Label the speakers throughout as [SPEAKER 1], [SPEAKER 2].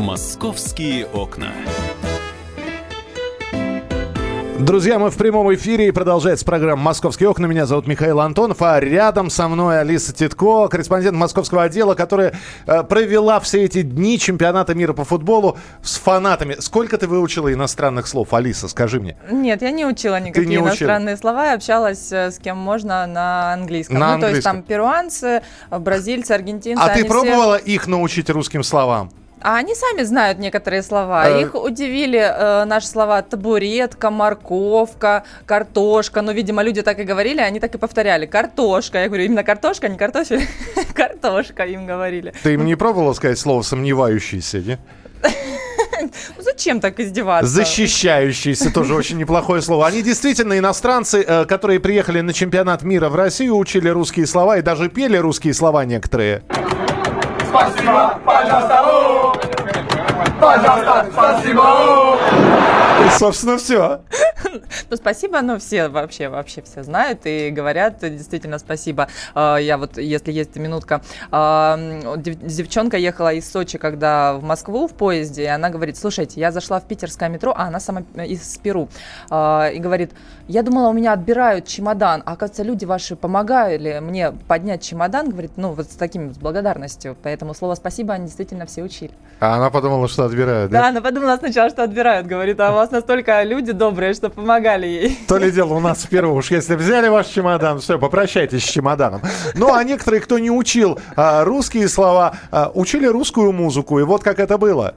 [SPEAKER 1] «Московские окна».
[SPEAKER 2] Друзья, мы в прямом эфире, и продолжается программа «Московские окна». Меня зовут Михаил Антонов, а рядом со мной Алиса Титко, корреспондент московского отдела, которая провела все эти дни чемпионата мира по футболу с фанатами. Сколько ты выучила иностранных слов, Алиса, скажи мне?
[SPEAKER 3] Нет, я не учила никакие иностранные слова, я общалась с кем можно на английском. То есть там перуанцы, бразильцы, аргентинцы.
[SPEAKER 2] А ты пробовала их научить русским словам?
[SPEAKER 3] А они сами знают некоторые слова. Их удивили наши слова табуретка, морковка, картошка. Ну, видимо, люди так и говорили, они так и повторяли. Картошка. Я говорю, именно картошка, не картофель. Картошка им говорили.
[SPEAKER 2] Ты им не пробовала сказать слово «сомневающийся», не?
[SPEAKER 3] Зачем так издеваться?
[SPEAKER 2] Защищающийся тоже очень неплохое слово. Они действительно иностранцы, которые приехали на чемпионат мира в Россию, учили русские слова и даже пели русские слова некоторые.
[SPEAKER 4] Спасибо, пожалуйста, пожалуйста, спасибо.
[SPEAKER 2] И, собственно, все.
[SPEAKER 3] Ну, спасибо, но все вообще все знают и говорят действительно спасибо. Я вот, если есть минутка, девчонка ехала из Сочи, когда в Москву в поезде, и она говорит: слушайте, я зашла в питерское метро, а она сама из Перу, и говорит: я думала, у меня отбирают чемодан, а оказывается, люди ваши помогали мне поднять чемодан, говорит, ну, вот с таким, с благодарностью, поэтому слово спасибо они действительно все учили.
[SPEAKER 2] А она подумала, что отбирают, да?
[SPEAKER 3] Да, она подумала сначала, что отбирают, говорит, а у вас настолько люди добрые, что помогали ей.
[SPEAKER 2] То ли дело у нас в Перу, уж если взяли ваш чемодан, все, попрощайтесь с чемоданом. Ну, а некоторые, кто не учил русские слова, учили русскую музыку, и вот как это было.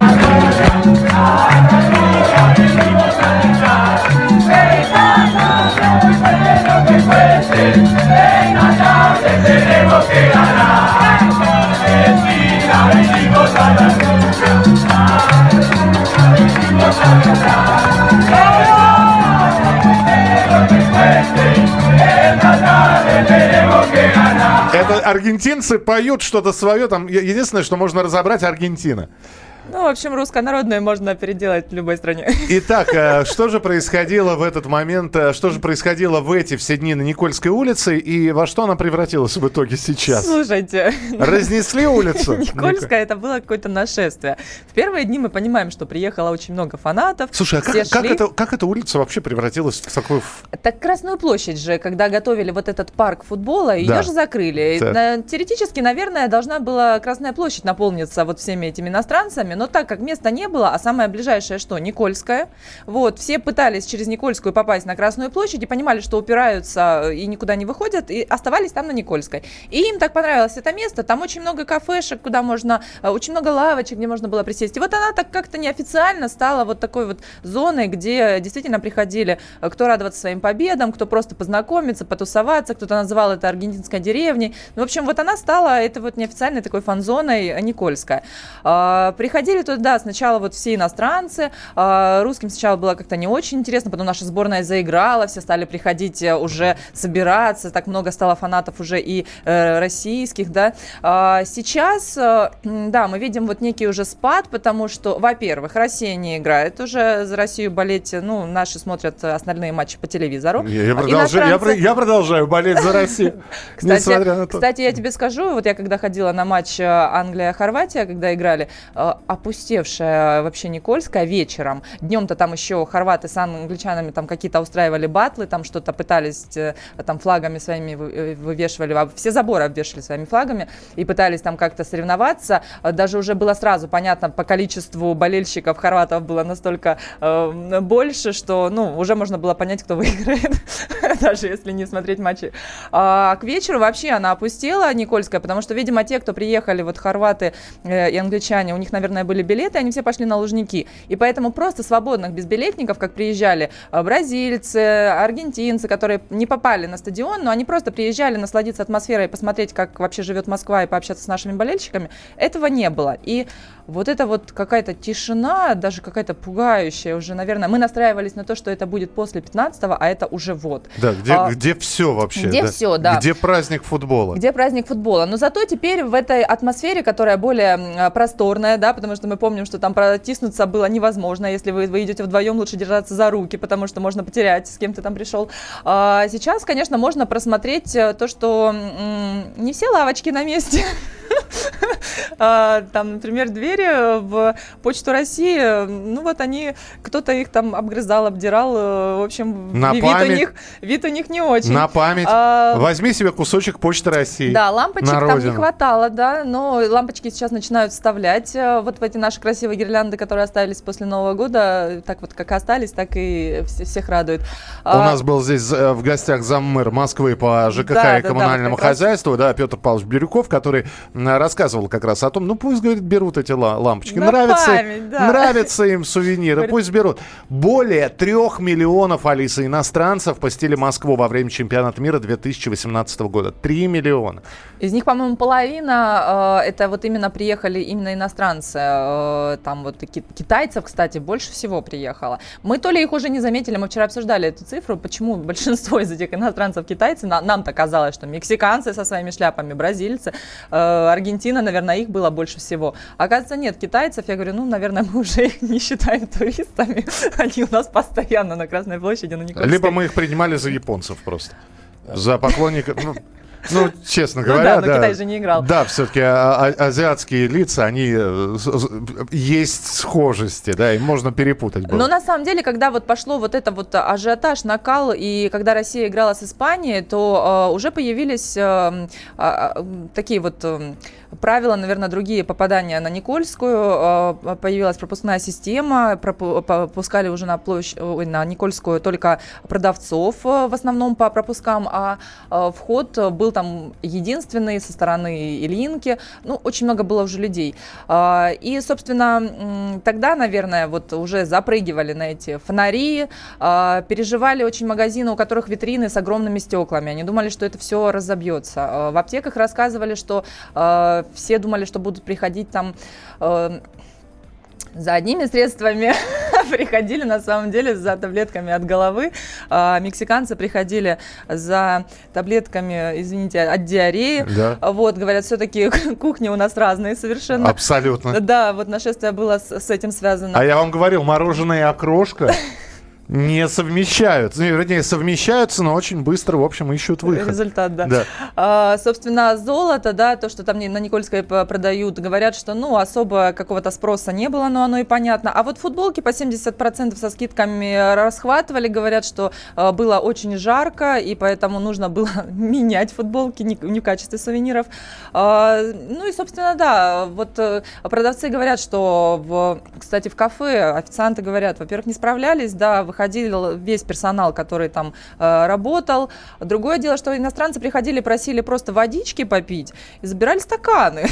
[SPEAKER 2] Это аргентинцы поют что-то свое, там единственное, что можно разобрать — Аргентина.
[SPEAKER 3] Ну, в общем, русское-народное можно переделать в любой стране.
[SPEAKER 2] Итак, что же происходило в этот момент, что же происходило в эти все дни на Никольской улице, и во что она превратилась в итоге сейчас?
[SPEAKER 3] Слушайте.
[SPEAKER 2] Разнесли улицу?
[SPEAKER 3] Никольская, это было какое-то нашествие. В первые дни мы понимаем, что приехало очень много фанатов.
[SPEAKER 2] Слушай, а как эта улица вообще превратилась в такую...
[SPEAKER 3] Так Красную площадь же, когда готовили вот этот парк футбола, ее же закрыли. Теоретически, наверное, должна была Красная площадь наполниться вот всеми этими иностранцами, но так как места не было, а самое ближайшее что? Никольская. Вот, все пытались через Никольскую попасть на Красную площадь и понимали, что упираются и никуда не выходят, и оставались там на Никольской. И им так понравилось это место, там очень много кафешек, куда можно, очень много лавочек, где можно было присесть. И вот она так как-то неофициально стала вот такой вот зоной, где действительно приходили кто радоваться своим победам, кто просто познакомиться, потусоваться, кто-то называл это аргентинской деревней. Ну, в общем, вот она стала, это вот неофициальной такой фан-зоной Никольская. Приходили туда сначала вот все иностранцы, русским сначала было как-то не очень интересно, потом наша сборная заиграла, все стали приходить уже собираться, так много стало фанатов уже и российских, да. Сейчас, да, мы видим вот некий уже спад, потому что, во-первых, Россия не играет уже за Россию болеть, ну, наши смотрят основные матчи по телевизору.
[SPEAKER 2] Я продолжаю болеть за Россию.
[SPEAKER 3] Кстати, я тебе скажу, вот я когда ходила на матч Англия-Хорватия, когда играли, опустевшая вообще Никольская вечером. Днем-то там еще хорваты с англичанами там какие-то устраивали батлы, там что-то пытались, там флагами своими вывешивали, все заборы обвешивали своими флагами и пытались там как-то соревноваться. Даже уже было сразу понятно, по количеству болельщиков хорватов было настолько больше, что, ну, уже можно было понять, кто выиграет, даже если не смотреть матчи. А к вечеру вообще она опустела, Никольская, потому что, видимо, те, кто приехали, вот хорваты и англичане, у них, наверное, были билеты, они все пошли на Лужники. И поэтому просто свободных безбилетников, как приезжали бразильцы, аргентинцы, которые не попали на стадион, но они просто приезжали насладиться атмосферой, посмотреть, как вообще живет Москва и пообщаться с нашими болельщиками, этого не было. И вот это вот какая-то тишина, даже какая-то пугающая уже, наверное. Мы настраивались на то, что это будет после 15-го, а это уже вот.
[SPEAKER 2] Да, где все вообще.
[SPEAKER 3] Где все, да.
[SPEAKER 2] Где праздник футбола.
[SPEAKER 3] Где праздник футбола. Но зато теперь в этой атмосфере, которая более просторная, да, потому что мы помним, что там протиснуться было невозможно. Если вы идете вдвоем, лучше держаться за руки, потому что можно потерять, с кем ты там пришел. Сейчас, конечно, можно просмотреть то, что не все лавочки на месте. Там, например, двери в Почту России, ну вот они, кто-то их там обгрызал, обдирал, в общем, вид у них не очень.
[SPEAKER 2] На память. Возьми себе кусочек Почты России.
[SPEAKER 3] Да, лампочек там не хватало, да, но лампочки сейчас начинают вставлять вот в эти наши красивые гирлянды, которые остались после Нового года, так вот как остались, так и всех радует.
[SPEAKER 2] У нас был здесь в гостях заммэр Москвы по ЖКХ и коммунальному хозяйству, да, Петр Павлович Бирюков, который рассказывал как раз о том, ну пусть, говорит, берут эти лампочки. Нравятся им сувениры, говорит, пусть берут. Более 3 миллионов, Алиса, иностранцев посетили Москву во время чемпионата мира 2018 года. 3 миллиона.
[SPEAKER 3] Из них, по-моему, половина это вот именно приехали именно иностранцы. Там вот китайцев, кстати, больше всего приехало. Мы то ли их уже не заметили, мы вчера обсуждали эту цифру, почему большинство из этих иностранцев китайцы. Нам-то казалось, что мексиканцы со своими шляпами, бразильцы, Аргентина, наверное, их было больше всего. Оказывается, нет, китайцев, я говорю, ну, наверное, мы уже их не считаем туристами. Они у нас постоянно на Красной площади, на Никольской.
[SPEAKER 2] Либо мы их принимали за японцев просто. За поклонников. Ну, честно говоря,
[SPEAKER 3] но Китай же не играл.
[SPEAKER 2] Да, все-таки азиатские лица, они есть схожести, да, и можно перепутать было.
[SPEAKER 3] Но на самом деле, когда вот пошло вот это вот ажиотаж, накал, и когда Россия играла с Испанией, то уже появились такие вот правила, наверное, другие попадания на Никольскую, появилась пропускная система, пропускали уже на Никольскую только продавцов в основном по пропускам, а вход был там единственный со стороны Ильинки, ну, очень много было уже людей. И, собственно, тогда, наверное, вот уже запрыгивали на эти фонари, переживали очень магазины, у которых витрины с огромными стеклами, они думали, что это все разобьется. В аптеках рассказывали, что все думали, что будут приходить там за одними средствами, приходили на самом деле за таблетками от головы. Мексиканцы приходили за таблетками, извините, от диареи. Да. Вот, говорят, все-таки кухни у нас разные совершенно.
[SPEAKER 2] Абсолютно.
[SPEAKER 3] Да, вот нашествие было с этим связано.
[SPEAKER 2] А я вам говорил, мороженое и окрошка не совмещаются. Вернее, совмещаются, но очень быстро, в общем, ищут выход.
[SPEAKER 3] Результат, да. Собственно, золото, да, то, что там на Никольской продают, говорят, что, ну, особо какого-то спроса не было, но оно и понятно. А вот футболки по 70% со скидками расхватывали, говорят, что было очень жарко, и поэтому нужно было менять футболки не в качестве сувениров. Ну и, собственно, да, вот продавцы говорят, что, кстати, в кафе официанты говорят, во-первых, не справлялись, да, выходил весь персонал, который там работал. Другое дело, что иностранцы приходили, просили просто водички попить и забирали стаканы.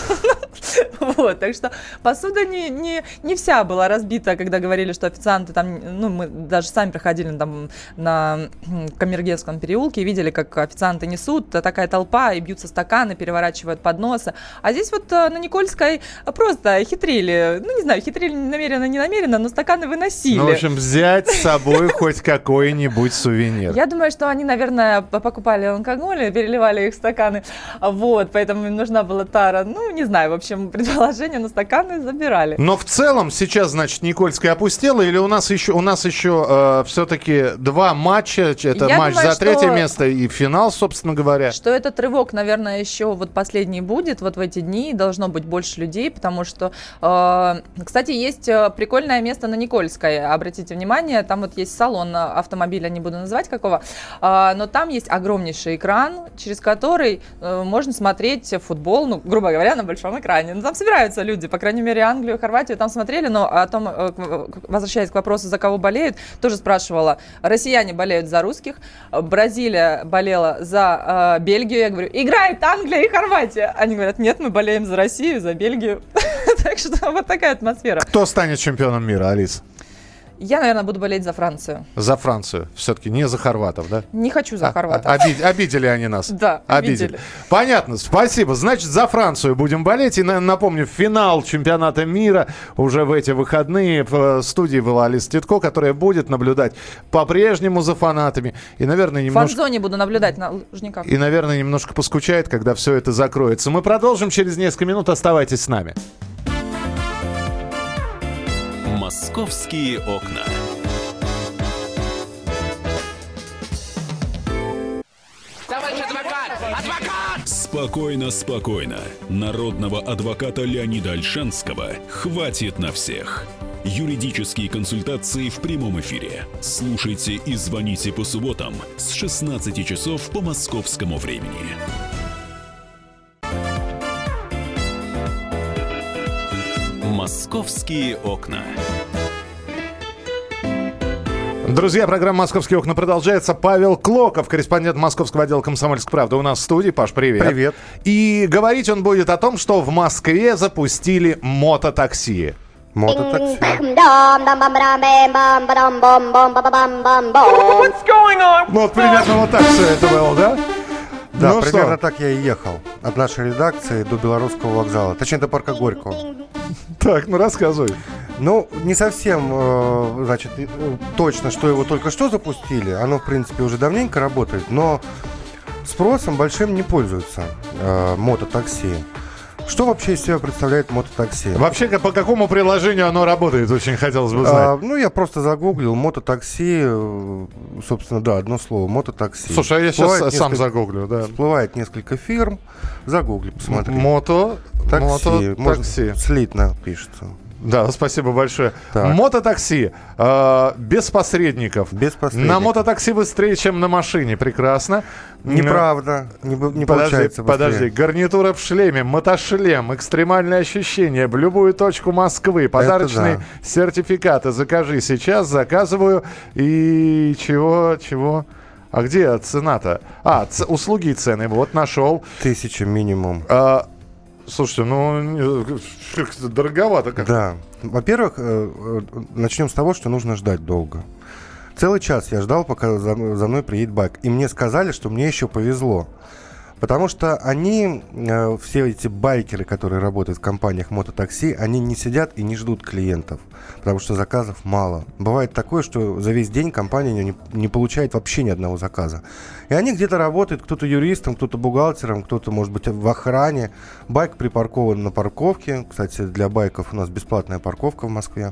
[SPEAKER 3] Вот, так что посуда не вся была разбита, когда говорили, что официанты там, ну, мы даже сами проходили там на Камергерском переулке и видели, как официанты несут, такая толпа, и бьются стаканы, переворачивают подносы. А здесь вот на Никольской просто хитрили, ну, не знаю, хитрили намеренно, не намеренно, но стаканы выносили.
[SPEAKER 2] Ну, в общем, взять с собой хоть какой-нибудь сувенир.
[SPEAKER 3] Я думаю, что они, наверное, покупали алкоголь и переливали их в стаканы. Вот, поэтому им нужна была тара. Ну, не знаю, в общем, предположение, но стаканы забирали.
[SPEAKER 2] Но в целом сейчас, значит, Никольская опустела, или у нас еще все-таки 2 матча, это матч за 3-е место и финал, собственно говоря.
[SPEAKER 3] Что этот рывок, наверное, еще вот последний будет, вот в эти дни должно быть больше людей, потому что, кстати, есть прикольное место на Никольской, обратите внимание, там вот есть салон автомобиля, не буду называть какого, но там есть огромнейший экран, через который можно смотреть футбол, ну, грубо говоря, на большом экране. Ну, там собираются люди, по крайней мере, Англию, Хорватию там смотрели, но о том, возвращаясь к вопросу, за кого болеют, тоже спрашивала. Россияне болеют за русских, Бразилия болела за Бельгию. Я говорю, играет Англия и Хорватия. Они говорят, нет, мы болеем за Россию, за Бельгию. Так что вот такая атмосфера.
[SPEAKER 2] Кто станет чемпионом мира, Алис?
[SPEAKER 3] Я, наверное, буду болеть за Францию.
[SPEAKER 2] За Францию. Все-таки не за хорватов, да?
[SPEAKER 3] Не хочу за хорватов.
[SPEAKER 2] Обидели они нас.
[SPEAKER 3] Да, обидели.
[SPEAKER 2] Понятно, спасибо. Значит, за Францию будем болеть. И напомню, финал чемпионата мира уже в эти выходные. В студии была Алиса Титко, которая будет наблюдать по-прежнему за фанатами. И, наверное, немножко...
[SPEAKER 3] В фан-зоне буду наблюдать на лужниках.
[SPEAKER 2] И, наверное, немножко поскучает, когда все это закроется. Мы продолжим через несколько минут. Оставайтесь с нами.
[SPEAKER 1] Московские окна. Спокойно, спокойно. Народного адвоката Леонида Ольшанского хватит на всех. Юридические консультации в прямом эфире. Слушайте и звоните по субботам с 16 часов по московскому времени.
[SPEAKER 2] «Московские окна». Друзья, программа «Московские окна» продолжается. Павел Клоков, корреспондент московского отдела «Комсомольской правды» у нас в студии. Паш, привет.
[SPEAKER 5] Привет.
[SPEAKER 2] И говорить он будет о том, что в Москве запустили мототакси.
[SPEAKER 5] Мототакси.
[SPEAKER 2] Ну вот примерно вот так все это было, да?
[SPEAKER 5] Да,
[SPEAKER 2] ну
[SPEAKER 5] примерно
[SPEAKER 2] что?
[SPEAKER 5] так я и ехал. От нашей редакции до Белорусского вокзала. Точнее, до парка Горького.
[SPEAKER 2] Так, ну рассказывай.
[SPEAKER 5] Ну, не совсем, значит, точно, что его только что запустили. Оно, в принципе, уже давненько работает, но спросом большим не пользуются мототакси. Что вообще из себя представляет мототакси?
[SPEAKER 2] Вообще, по какому приложению оно работает, очень хотелось бы знать.
[SPEAKER 5] Ну, я просто загуглил мототакси, собственно, да, одно слово, мототакси.
[SPEAKER 2] Слушай, а я сейчас сам загуглю, да.
[SPEAKER 5] Всплывает несколько фирм, загугли, посмотри.
[SPEAKER 2] Мототакси.
[SPEAKER 5] Можно слитно пишется.
[SPEAKER 2] Да, спасибо большое.
[SPEAKER 5] Так.
[SPEAKER 2] Мототакси. Без посредников.
[SPEAKER 5] Без посредников.
[SPEAKER 2] На мототакси быстрее, чем на машине. Прекрасно.
[SPEAKER 5] Неправда. Не получается быстрее.
[SPEAKER 2] Подожди. Гарнитура в шлеме, мотошлем, экстремальные ощущения в любую точку Москвы. Подарочные сертификаты. Закажи сейчас, заказываю. И чего? А где цена-то? Услуги и цены. Вот нашел.
[SPEAKER 5] 1000 минимум.
[SPEAKER 2] Слушайте, дороговато как-то.
[SPEAKER 5] Да. Во-первых, начнем с того, что нужно ждать долго. Целый час я ждал, пока за мной приедет байк. И мне сказали, что мне еще повезло. Потому что они, все эти байкеры, которые работают в компаниях мототакси, они не сидят и не ждут клиентов, потому что заказов мало. Бывает такое, что за весь день компания не получает вообще ни одного заказа. И они где-то работают, кто-то юристом, кто-то бухгалтером, кто-то, может быть, в охране. Байк припаркован на парковке. Кстати, для байков у нас бесплатная парковка в Москве.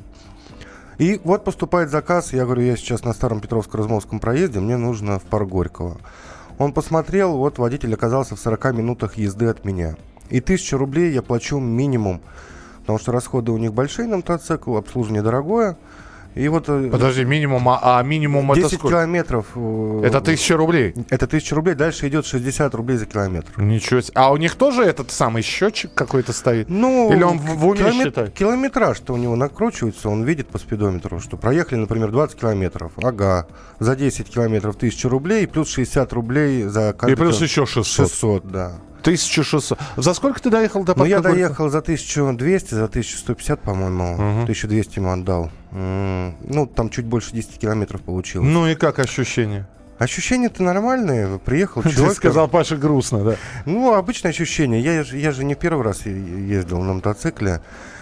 [SPEAKER 5] И вот поступает заказ. Я говорю, я сейчас на Старом Петровско-Размовском проезде, мне нужно в парк Горького. Он посмотрел, вот водитель оказался в 40 минутах езды от меня. И 1000 рублей я плачу минимум, потому что расходы у них большие на мотоцикл, обслуживание дорогое. И вот,
[SPEAKER 2] подожди, минимум, минимум
[SPEAKER 5] 10
[SPEAKER 2] это сколько?
[SPEAKER 5] километров.
[SPEAKER 2] Это 1000 рублей?
[SPEAKER 5] Это 1000 рублей, дальше идет 60 рублей за километр.
[SPEAKER 2] Ничего себе. А у них тоже этот самый счетчик какой-то стоит?
[SPEAKER 5] Ну,
[SPEAKER 2] или он в уме считает?
[SPEAKER 5] Километраж-то у него накручивается, он видит по спидометру, что проехали, например, 20 километров. Ага, за 10 километров 1000 рублей, плюс 60 рублей за каждый.
[SPEAKER 2] И плюс еще 600.
[SPEAKER 5] 600, да.
[SPEAKER 2] 1600. За сколько ты доехал до парка?
[SPEAKER 5] Ну, я доехал за 1200, за 1150, по-моему. 1200 ему отдал. Ну, там чуть больше 10 километров получилось.
[SPEAKER 2] Ну и как ощущения?
[SPEAKER 5] Ощущения-то нормальные. Приехал человек.
[SPEAKER 2] Ты сказал, Паша, грустно, да?
[SPEAKER 5] Ну, обычное ощущение. Я же не первый раз ездил на мотоцикле.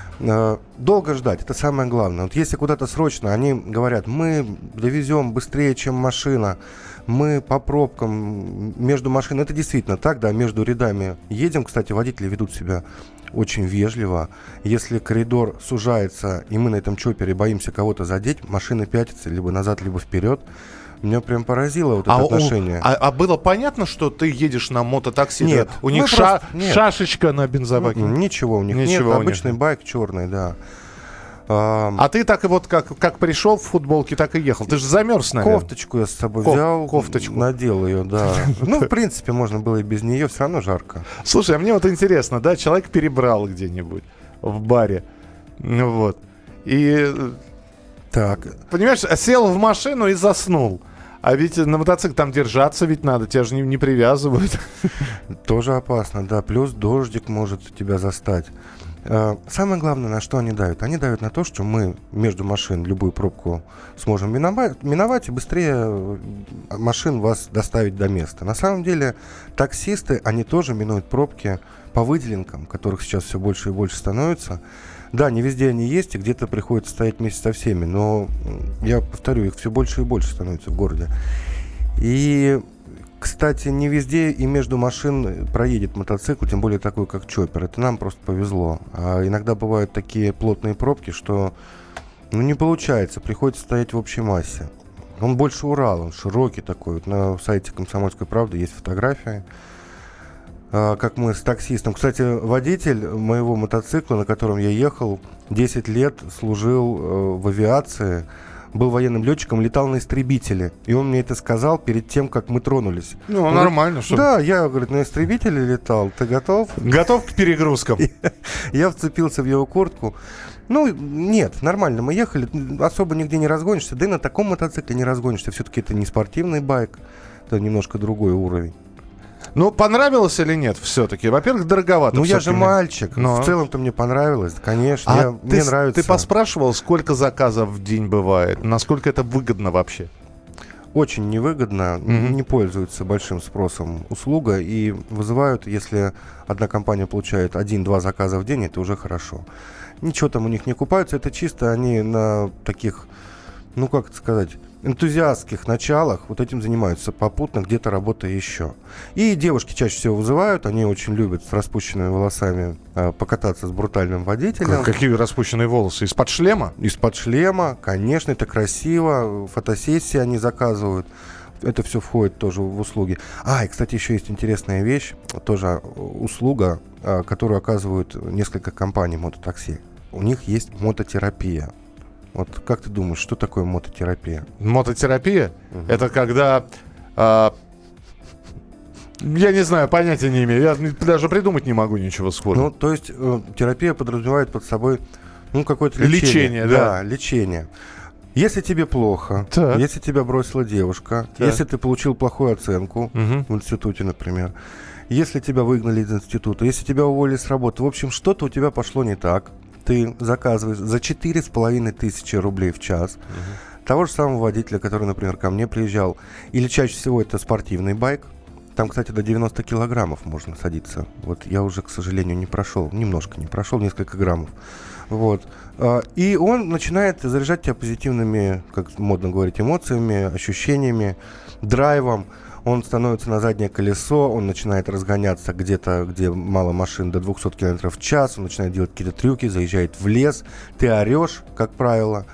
[SPEAKER 5] Долго ждать, это самое главное. Вот если куда-то срочно, они говорят, мы довезем быстрее, чем машина, мы по пробкам между машинами. Это действительно так, да, между рядами едем. Кстати, водители ведут себя очень вежливо. Если коридор сужается, и мы на этом чопере боимся кого-то задеть, машины пятятся либо назад, либо вперед. Меня прям поразило вот это отношение.
[SPEAKER 2] А было понятно, что ты едешь на мототакси?
[SPEAKER 5] Нет.
[SPEAKER 2] У них шашечка на бензобаке?
[SPEAKER 5] Ничего у них нет. Обычный байк черный, да.
[SPEAKER 2] А ты так и вот как пришел в футболке, так и ехал. Ты же замерз, наверное.
[SPEAKER 5] Кофточку я с собой взял.
[SPEAKER 2] Кофточку.
[SPEAKER 5] Надел ее, да. Ну, в принципе, можно было и без нее, все равно жарко.
[SPEAKER 2] Слушай, а мне вот интересно, да, человек перебрал где-нибудь в баре. Вот. И...
[SPEAKER 5] Так.
[SPEAKER 2] Понимаешь, сел в машину и заснул. А ведь на мотоцикле там держаться ведь надо, тебя же не привязывают.
[SPEAKER 5] Тоже опасно, да. Плюс дождик может тебя застать. Самое главное, на что они давят? Они давят на то, что мы между машин любую пробку сможем миновать и быстрее машин вас доставить до места. На самом деле таксисты, они тоже минуют пробки по выделенкам, которых сейчас все больше и больше становится. Да, не везде они есть, и где-то приходится стоять вместе со всеми, но, я повторю, их все больше и больше становится в городе. И, кстати, не везде и между машин проедет мотоцикл, тем более такой, как чоппер. Это нам просто повезло. А иногда бывают такие плотные пробки, что не получается, приходится стоять в общей массе. Он больше Урал, он широкий такой. Вот на сайте «Комсомольской правды» есть фотографии. как мы с таксистом. Кстати, водитель моего мотоцикла, на котором я ехал, 10 лет служил в авиации, был военным летчиком, летал на истребителе. И он мне это сказал перед тем, как мы тронулись.
[SPEAKER 2] Ну, он нормально,
[SPEAKER 5] что? Да, я, говорит, на истребителе летал. Ты готов?
[SPEAKER 2] Готов к перегрузкам.
[SPEAKER 5] Я вцепился в его куртку. Ну, нет, нормально, мы ехали, особо нигде не разгонишься. Да и на таком мотоцикле не разгонишься. Все-таки это не спортивный байк, это немножко другой уровень.
[SPEAKER 2] Ну, понравилось или нет все-таки? Во-первых, дороговато.
[SPEAKER 5] Ну, я же мальчик. Но... В целом-то мне понравилось, конечно. Мне нравится.
[SPEAKER 2] Ты поспрашивал, сколько заказов в день бывает? Насколько это выгодно вообще?
[SPEAKER 5] Очень невыгодно. Не пользуются большим спросом услуга. И вызывают, если одна компания получает 1-2 заказа в день, это уже хорошо. Ничего там у них не купаются. Это чисто они на таких, ну, как это сказать... энтузиастских началах вот этим занимаются попутно, где-то работая еще. И девушки чаще всего вызывают, они очень любят с распущенными волосами покататься с брутальным водителем.
[SPEAKER 2] Какие распущенные волосы? Из-под шлема?
[SPEAKER 5] Из-под шлема, конечно, это красиво, фотосессии они заказывают. Это все входит тоже в услуги. И, кстати, еще есть интересная вещь, тоже услуга, которую оказывают несколько компаний мототакси. У них есть мототерапия. Вот как ты думаешь, что такое мототерапия?
[SPEAKER 2] Мототерапия? Это когда... я не знаю, понятия не имею. Я даже придумать не могу ничего сходу.
[SPEAKER 5] Ну, то есть терапия подразумевает под собой какое-то лечение. Да, лечение. Если тебе плохо, если тебя бросила девушка, если ты получил плохую оценку в институте, например, если тебя выгнали из института, если тебя уволили с работы, в общем, что-то у тебя пошло не так, ты заказываешь за 4500 рублей в час того же самого водителя, который, например, ко мне приезжал, или чаще всего это спортивный байк. Там, кстати, до 90 килограммов можно садиться. Вот я уже, к сожалению, немножко не прошел, несколько граммов. Вот. И он начинает заряжать тебя позитивными, как модно говорить, эмоциями, ощущениями, драйвом. Он становится на заднее колесо, он начинает разгоняться где-то, где мало машин, до 200 км в час, он начинает делать какие-то трюки, заезжает в лес, ты орешь, как правило.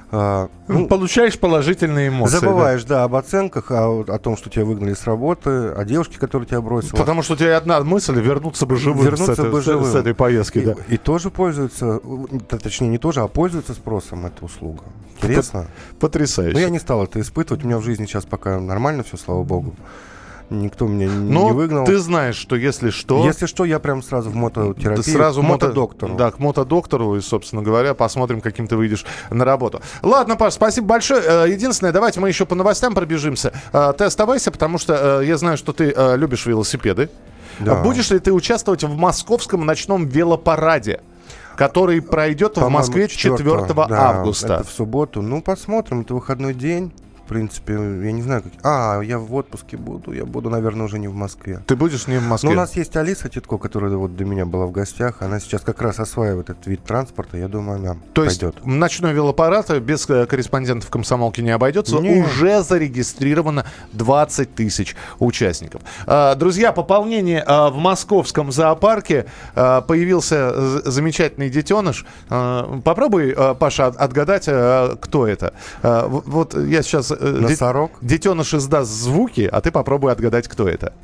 [SPEAKER 2] Получаешь положительные эмоции.
[SPEAKER 5] Забываешь, об оценках, о том, что тебя выгнали с работы, о девушке, которая тебя бросила.
[SPEAKER 2] Потому что у тебя одна мысль — вернуться бы живым с этой поездки.
[SPEAKER 5] И тоже пользуются, точнее не тоже, а пользуются спросом эта услуга. Интересно?
[SPEAKER 2] Потрясающе.
[SPEAKER 5] Но я не стал это испытывать, у меня в жизни сейчас пока нормально все, слава богу. Никто меня не выгнал.
[SPEAKER 2] Ты знаешь, что если что...
[SPEAKER 5] Если что, я прям сразу в мототерапию, к мотодоктору.
[SPEAKER 2] Да, к мотодоктору, и, собственно говоря, посмотрим, каким ты выйдешь на работу. Ладно, Паш, спасибо большое. Единственное, давайте мы еще по новостям пробежимся. Ты оставайся, потому что я знаю, что ты любишь велосипеды. Да. Будешь ли ты участвовать в московском ночном велопараде, который пройдет в Москве 4 августа?
[SPEAKER 5] Это в субботу. Ну, посмотрим, это выходной день. В принципе, я не знаю, как... я в отпуске буду. Я буду, наверное, уже не в Москве.
[SPEAKER 2] Ты будешь не в Москве?
[SPEAKER 5] Ну, у нас есть Алиса Титко, которая вот до меня была в гостях. Она сейчас как раз осваивает этот вид транспорта. Я думаю, она пойдет.
[SPEAKER 2] То есть ночной велопарад без корреспондентов комсомолки не обойдется. Нет. Уже зарегистрировано 20 тысяч участников. Друзья, пополнение в московском зоопарке. Появился замечательный детеныш. Попробуй, Паша, отгадать, кто это. Вот я сейчас...
[SPEAKER 5] Носорог?
[SPEAKER 2] Детеныш издаст звуки, а ты попробуй отгадать, кто это.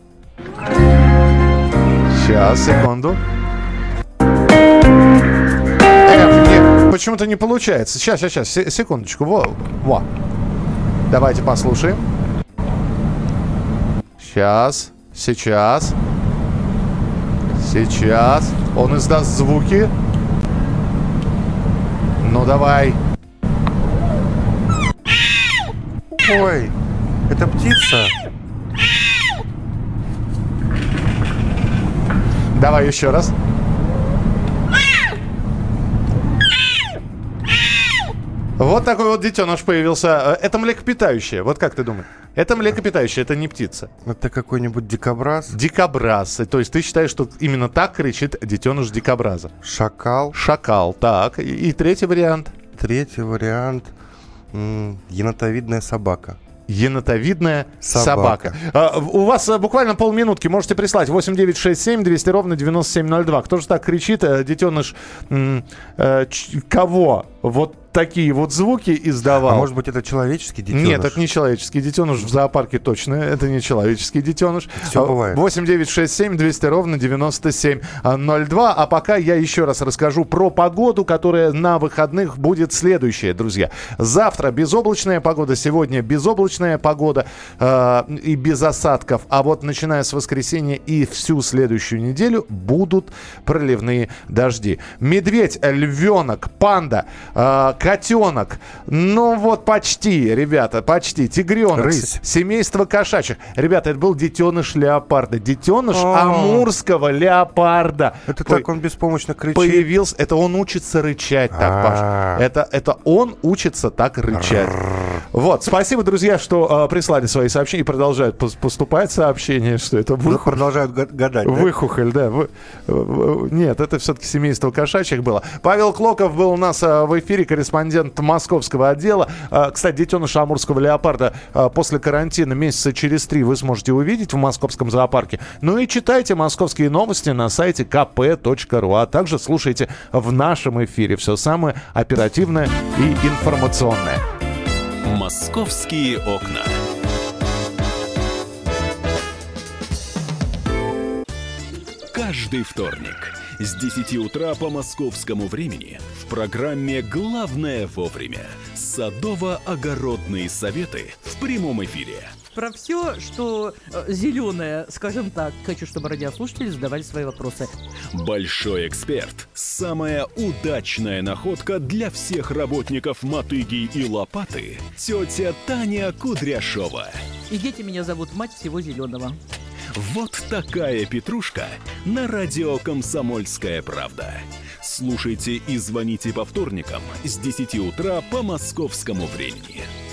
[SPEAKER 2] Сейчас, секунду. Почему-то не получается. Сейчас, секундочку. Во. Давайте послушаем. Сейчас. Он издаст звуки. Ну, давай.
[SPEAKER 5] Ой, это птица.
[SPEAKER 2] Давай еще раз. Вот такой вот детеныш появился. Это млекопитающее. Вот как ты думаешь? Это млекопитающее, это не птица.
[SPEAKER 5] Это какой-нибудь дикобраз?
[SPEAKER 2] Дикобраз. То есть ты считаешь, что именно так кричит детеныш дикобраза?
[SPEAKER 5] Шакал?
[SPEAKER 2] Шакал, так. И третий вариант?
[SPEAKER 5] Третий вариант... енотовидная собака.
[SPEAKER 2] Енотовидная собака. У вас буквально полминутки. Можете прислать 8967 200 ровно 9702. Кто же так кричит? Детеныш кого? Вот такие вот звуки издавал.
[SPEAKER 5] А может быть, это человеческий детеныш?
[SPEAKER 2] Нет, это не человеческий детеныш. В зоопарке точно это не человеческий детеныш.
[SPEAKER 5] Все бывает.
[SPEAKER 2] 8 200 ровно 9702. А пока я еще раз расскажу про погоду, которая на выходных будет следующая, друзья. Завтра безоблачная погода, сегодня безоблачная погода и без осадков. А вот начиная с воскресенья и всю следующую неделю будут проливные дожди. Медведь, львенок, панда, котенок. Ну вот почти, ребята, почти. Тигренок,
[SPEAKER 5] рысь.
[SPEAKER 2] Семейство кошачьих. Ребята, это был детеныш леопарда. Детеныш амурского леопарда.
[SPEAKER 5] Это так он беспомощно кричит.
[SPEAKER 2] Появился. Это он учится рычать так, Паш. Это он учится так рычать. Вот. Спасибо, друзья, что прислали свои сообщения. И продолжают поступать сообщения, что это выхухоль.
[SPEAKER 5] Продолжают гадать, да?
[SPEAKER 2] Выхухоль, да. Нет, это все-таки семейство кошачьих было. Павел Клоков был у нас в эфире, корреспондент московского отдела. Кстати, детеныша амурского леопарда после карантина месяца через 3 вы сможете увидеть в московском зоопарке. Ну и читайте московские новости на сайте kp.ru, а также слушайте в нашем эфире все самое оперативное и информационное.
[SPEAKER 1] «Московские окна». Каждый вторник с 10 утра по московскому времени в программе «Главное вовремя» садово-огородные советы в прямом эфире.
[SPEAKER 6] Про все, что зеленое, скажем так, хочу, чтобы радиослушатели задавали свои вопросы.
[SPEAKER 1] Большой эксперт. Самая удачная находка для всех работников мотыги и лопаты. Тетя Таня Кудряшова.
[SPEAKER 6] И дети меня зовут мать всего зеленого.
[SPEAKER 1] Вот такая петрушка на радио «Комсомольская правда». Слушайте и звоните по вторникам с 10 утра по московскому времени.